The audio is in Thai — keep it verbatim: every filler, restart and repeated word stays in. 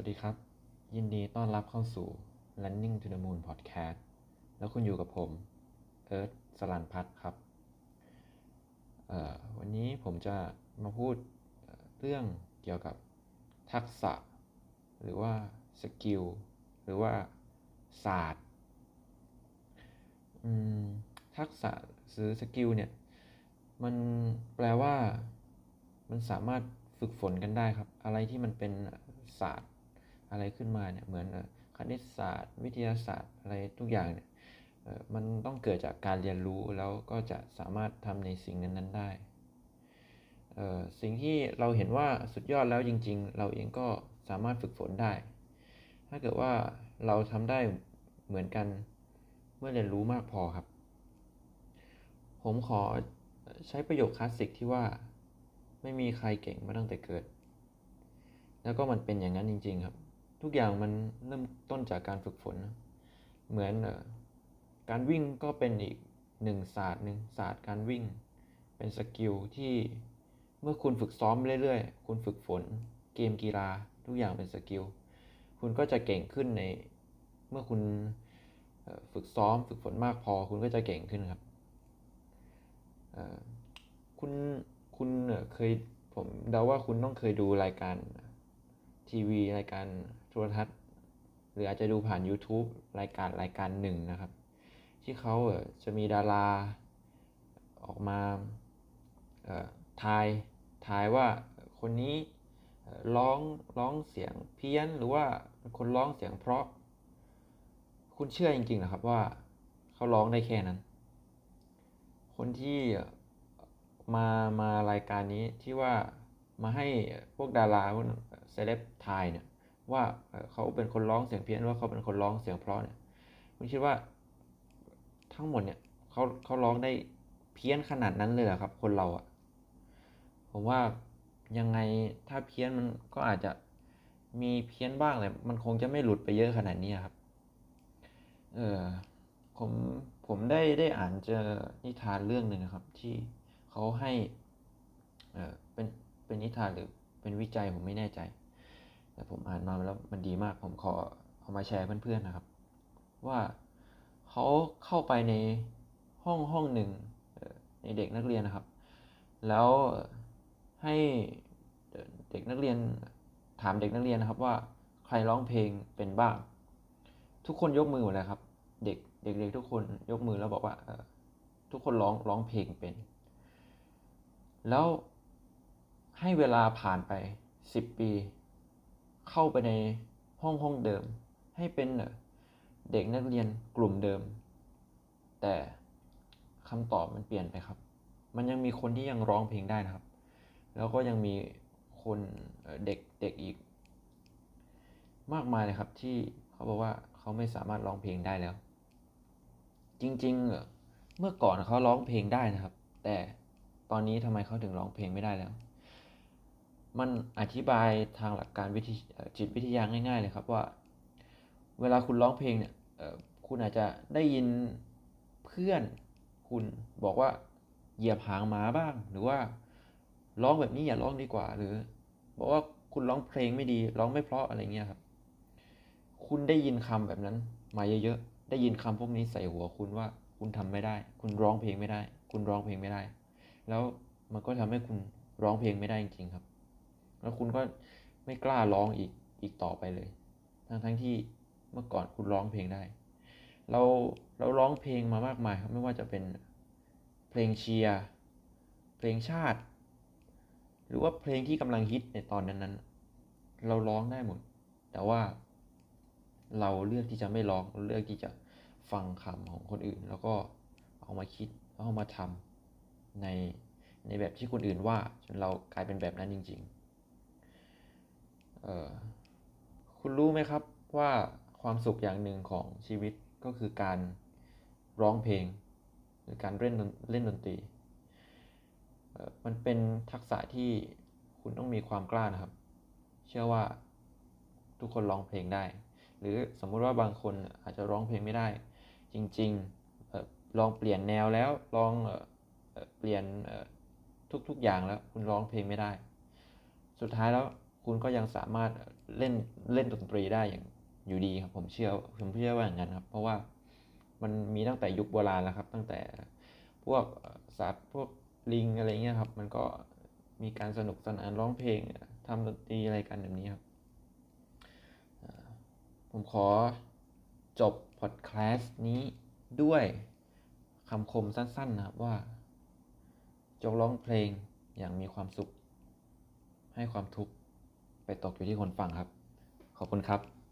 วัสดีครับยินดีต้อนรับเข้าสู่ Running to the Moon Podcast แล้วคุณอยู่กับผมเอิร์ธสลันพัฒน์ครับวันนี้ผมจะมาพูดเรื่องเกี่ยวกับทักษะหรือว่าสกิลหรือว่าศาสตร์ทักษะหรือสกิลเนี่ยมันแปลว่ามันสามารถฝึกฝนกันได้ครับอะไรที่มันเป็นศาสตร์อะไรขึ้นมาเนี่ยเหมือนคณิตศาสตร์วิทยาศาสตร์อะไรทุกอย่างเนี่ยมันต้องเกิดจากการเรียนรู้แล้วก็จะสามารถทำในสิ่งนั้นๆได้สิ่งที่เราเห็นว่าสุดยอดแล้วจริงๆเราเองก็สามารถฝึกฝนได้ถ้าเกิดว่าเราทำได้เหมือนกันเมื่อเรียนรู้มากพอครับผมขอใช้ประโยคคลาสสิกที่ว่าไม่มีใครเก่งมาตั้งแต่เกิดแล้วก็มันเป็นอย่างนั้นจริงๆครับทุกอย่างมันเริ่มต้นจากการฝึกฝนเหมือนการวิ่งก็เป็นอีกหนึ่งศาสตร์หนึ่งศาสตร์การวิ่งเป็นสกิลที่เมื่อคุณฝึกซ้อมเรื่อยๆคุณฝึกฝนเกมกีฬาทุกอย่างเป็นสกิลคุณก็จะเก่งขึ้นในเมื่อคุณฝึกซ้อมฝึกฝนมากพอคุณก็จะเก่งขึ้นครับคุณคุณเคยผมเดาว่าคุณต้องเคยดูรายการทีวีรายการโทรทัศน์หรืออาจจะดูผ่าน YouTube รายการรายการหนึ่งนะครับที่เขาจะมีดาราออกมาทายทายว่าคนนี้ร้องร้องเสียงเพี้ยนหรือว่าคนร้องเสียงเพราะคุณเชื่อจริงๆนะครับว่าเขาร้องได้แค่นั้นคนที่มามารายการนี้ที่ว่ามาให้พวกดาราพวกเซเลบทายเนี่ยว่าเขาเป็นคนร้องเสียงเพี้ยนว่าเขาเป็นคนร้องเสียงเพราะเนี่ยคุณคิดว่าทั้งหมดเนี่ยเขาเขาร้องได้เพี้ยนขนาดนั้นเลยเหรอครับคนเราอ่ะผมว่ายังไงถ้าเพี้ยนมันก็อาจจะมีเพี้ยนบ้างแต่มันคงจะไม่หลุดไปเยอะขนาดนี้ครับเออผมผมได้ได้อ่านเจอนิทานเรื่องหนึ่งนะครับที่เขาให้เออเป็นเป็นนิทานหรือเป็นวิจัยผมไม่แน่ใจแต่ผมอ่านมาแล้วมันดีมากผมขอเอามาแชร์เพื่อนๆนะครับว่าเขาเข้าไปในห้องห้องหนึ่งในเด็กนักเรียนนะครับแล้วให้เด็กนักเรียนถามเด็กนักเรียนนะครับว่าใครร้องเพลงเป็นบ้างทุกคนยกมือหมดเลยครับเด็กเด็กๆทุกคนยกมือแล้วบอกว่าทุกคนร้องร้องเพลงเป็นแล้วให้เวลาผ่านไปสิบปีเข้าไปในห้องห้องเดิมให้เป็นเด็กนักเรียนกลุ่มเดิมแต่คำตอบมันเปลี่ยนไปครับมันยังมีคนที่ยังร้องเพลงได้นะครับแล้วก็ยังมีคนเด็กเด็กอีกมากมายเลยครับที่เขาบอกว่าเขาไม่สามารถร้องเพลงได้แล้วจริงๆเมื่อก่อนเขาร้องเพลงได้นะครับแต่ตอนนี้ทำไมเขาถึงร้องเพลงไม่ได้แล้วมันอธิบายทางหลักการวิธีจิตวิทยาง่ายๆเลยครับว่าเวลาคุณร้องเพลงเนี่ยคุณอาจจะได้ยินเพื่อนคุณบอกว่าเหยียบหางหมาบ้างหรือว่าร้องแบบนี้อย่าร้องดีกว่าหรือบอกว่าคุณร้องเพลงไม่ดีร้องไม่เพราะอะไรเงี้ยครับคุณได้ยินคำแบบนั้นมาเยอะๆได้ยินคำพวกนี้ใส่หัวคุณว่าคุณทำไม่ได้คุณร้องเพลงไม่ได้คุณร้องเพลงไม่ได้แล้วมันก็ทำให้คุณร้องเพลงไม่ได้จริงๆครับแล้วคุณก็ไม่กล้าร้องอีกอีกต่อไปเลยทั้งทั้งที่เมื่อก่อนคุณร้องเพลงได้เราเราร้องเพลงมามากมายครับไม่ว่าจะเป็นเพลงเชียร์เพลงชาติหรือว่าเพลงที่กำลังฮิตในตอนนั้นๆเราร้องได้หมดแต่ว่าเราเลือกที่จะไม่ร้องเราเลือกที่จะฟังคำของคนอื่นแล้วก็เอามาคิดเอามาทำในในแบบที่คนอื่นว่าจนเรากลายเป็นแบบนั้นจริงๆเอ่อคุณรู้ไหมครับว่าความสุขอย่างหนึ่งของชีวิตก็คือการร้องเพลงหรือการเล่นเล่นดนตรีมันเป็นทักษะที่คุณต้องมีความกล้านะครับเชื่อว่าทุกคนร้องเพลงได้หรือสมมุติว่าบางคนอาจจะร้องเพลงไม่ได้จริงๆลองเปลี่ยนแนวแล้วลองเปลี่ยนทุกๆอย่างแล้วคุณร้องเพลงไม่ได้สุดท้ายแล้วคุณก็ยังสามารถเล่นเล่นดนตรีได้อย่างอยู่ดีครับผมเชื่อผมเชื่อว่าอย่างนั้นครับเพราะว่ามันมีตั้งแต่ยุคโบราณแล้วครับตั้งแต่พวกสัตว์พวกลิงอะไรเงี้ยครับมันก็มีการสนุกสนานร้องเพลงทำดนตรีอะไรกันแบบนี้ครับผมขอจบพอดแคสต์นี้ด้วยคำคมสั้นๆนะครับว่าจงร้องเพลงอย่างมีความสุขให้ความทุกข์ไปตกอยู่ที่คนฟังครับขอบคุณครับ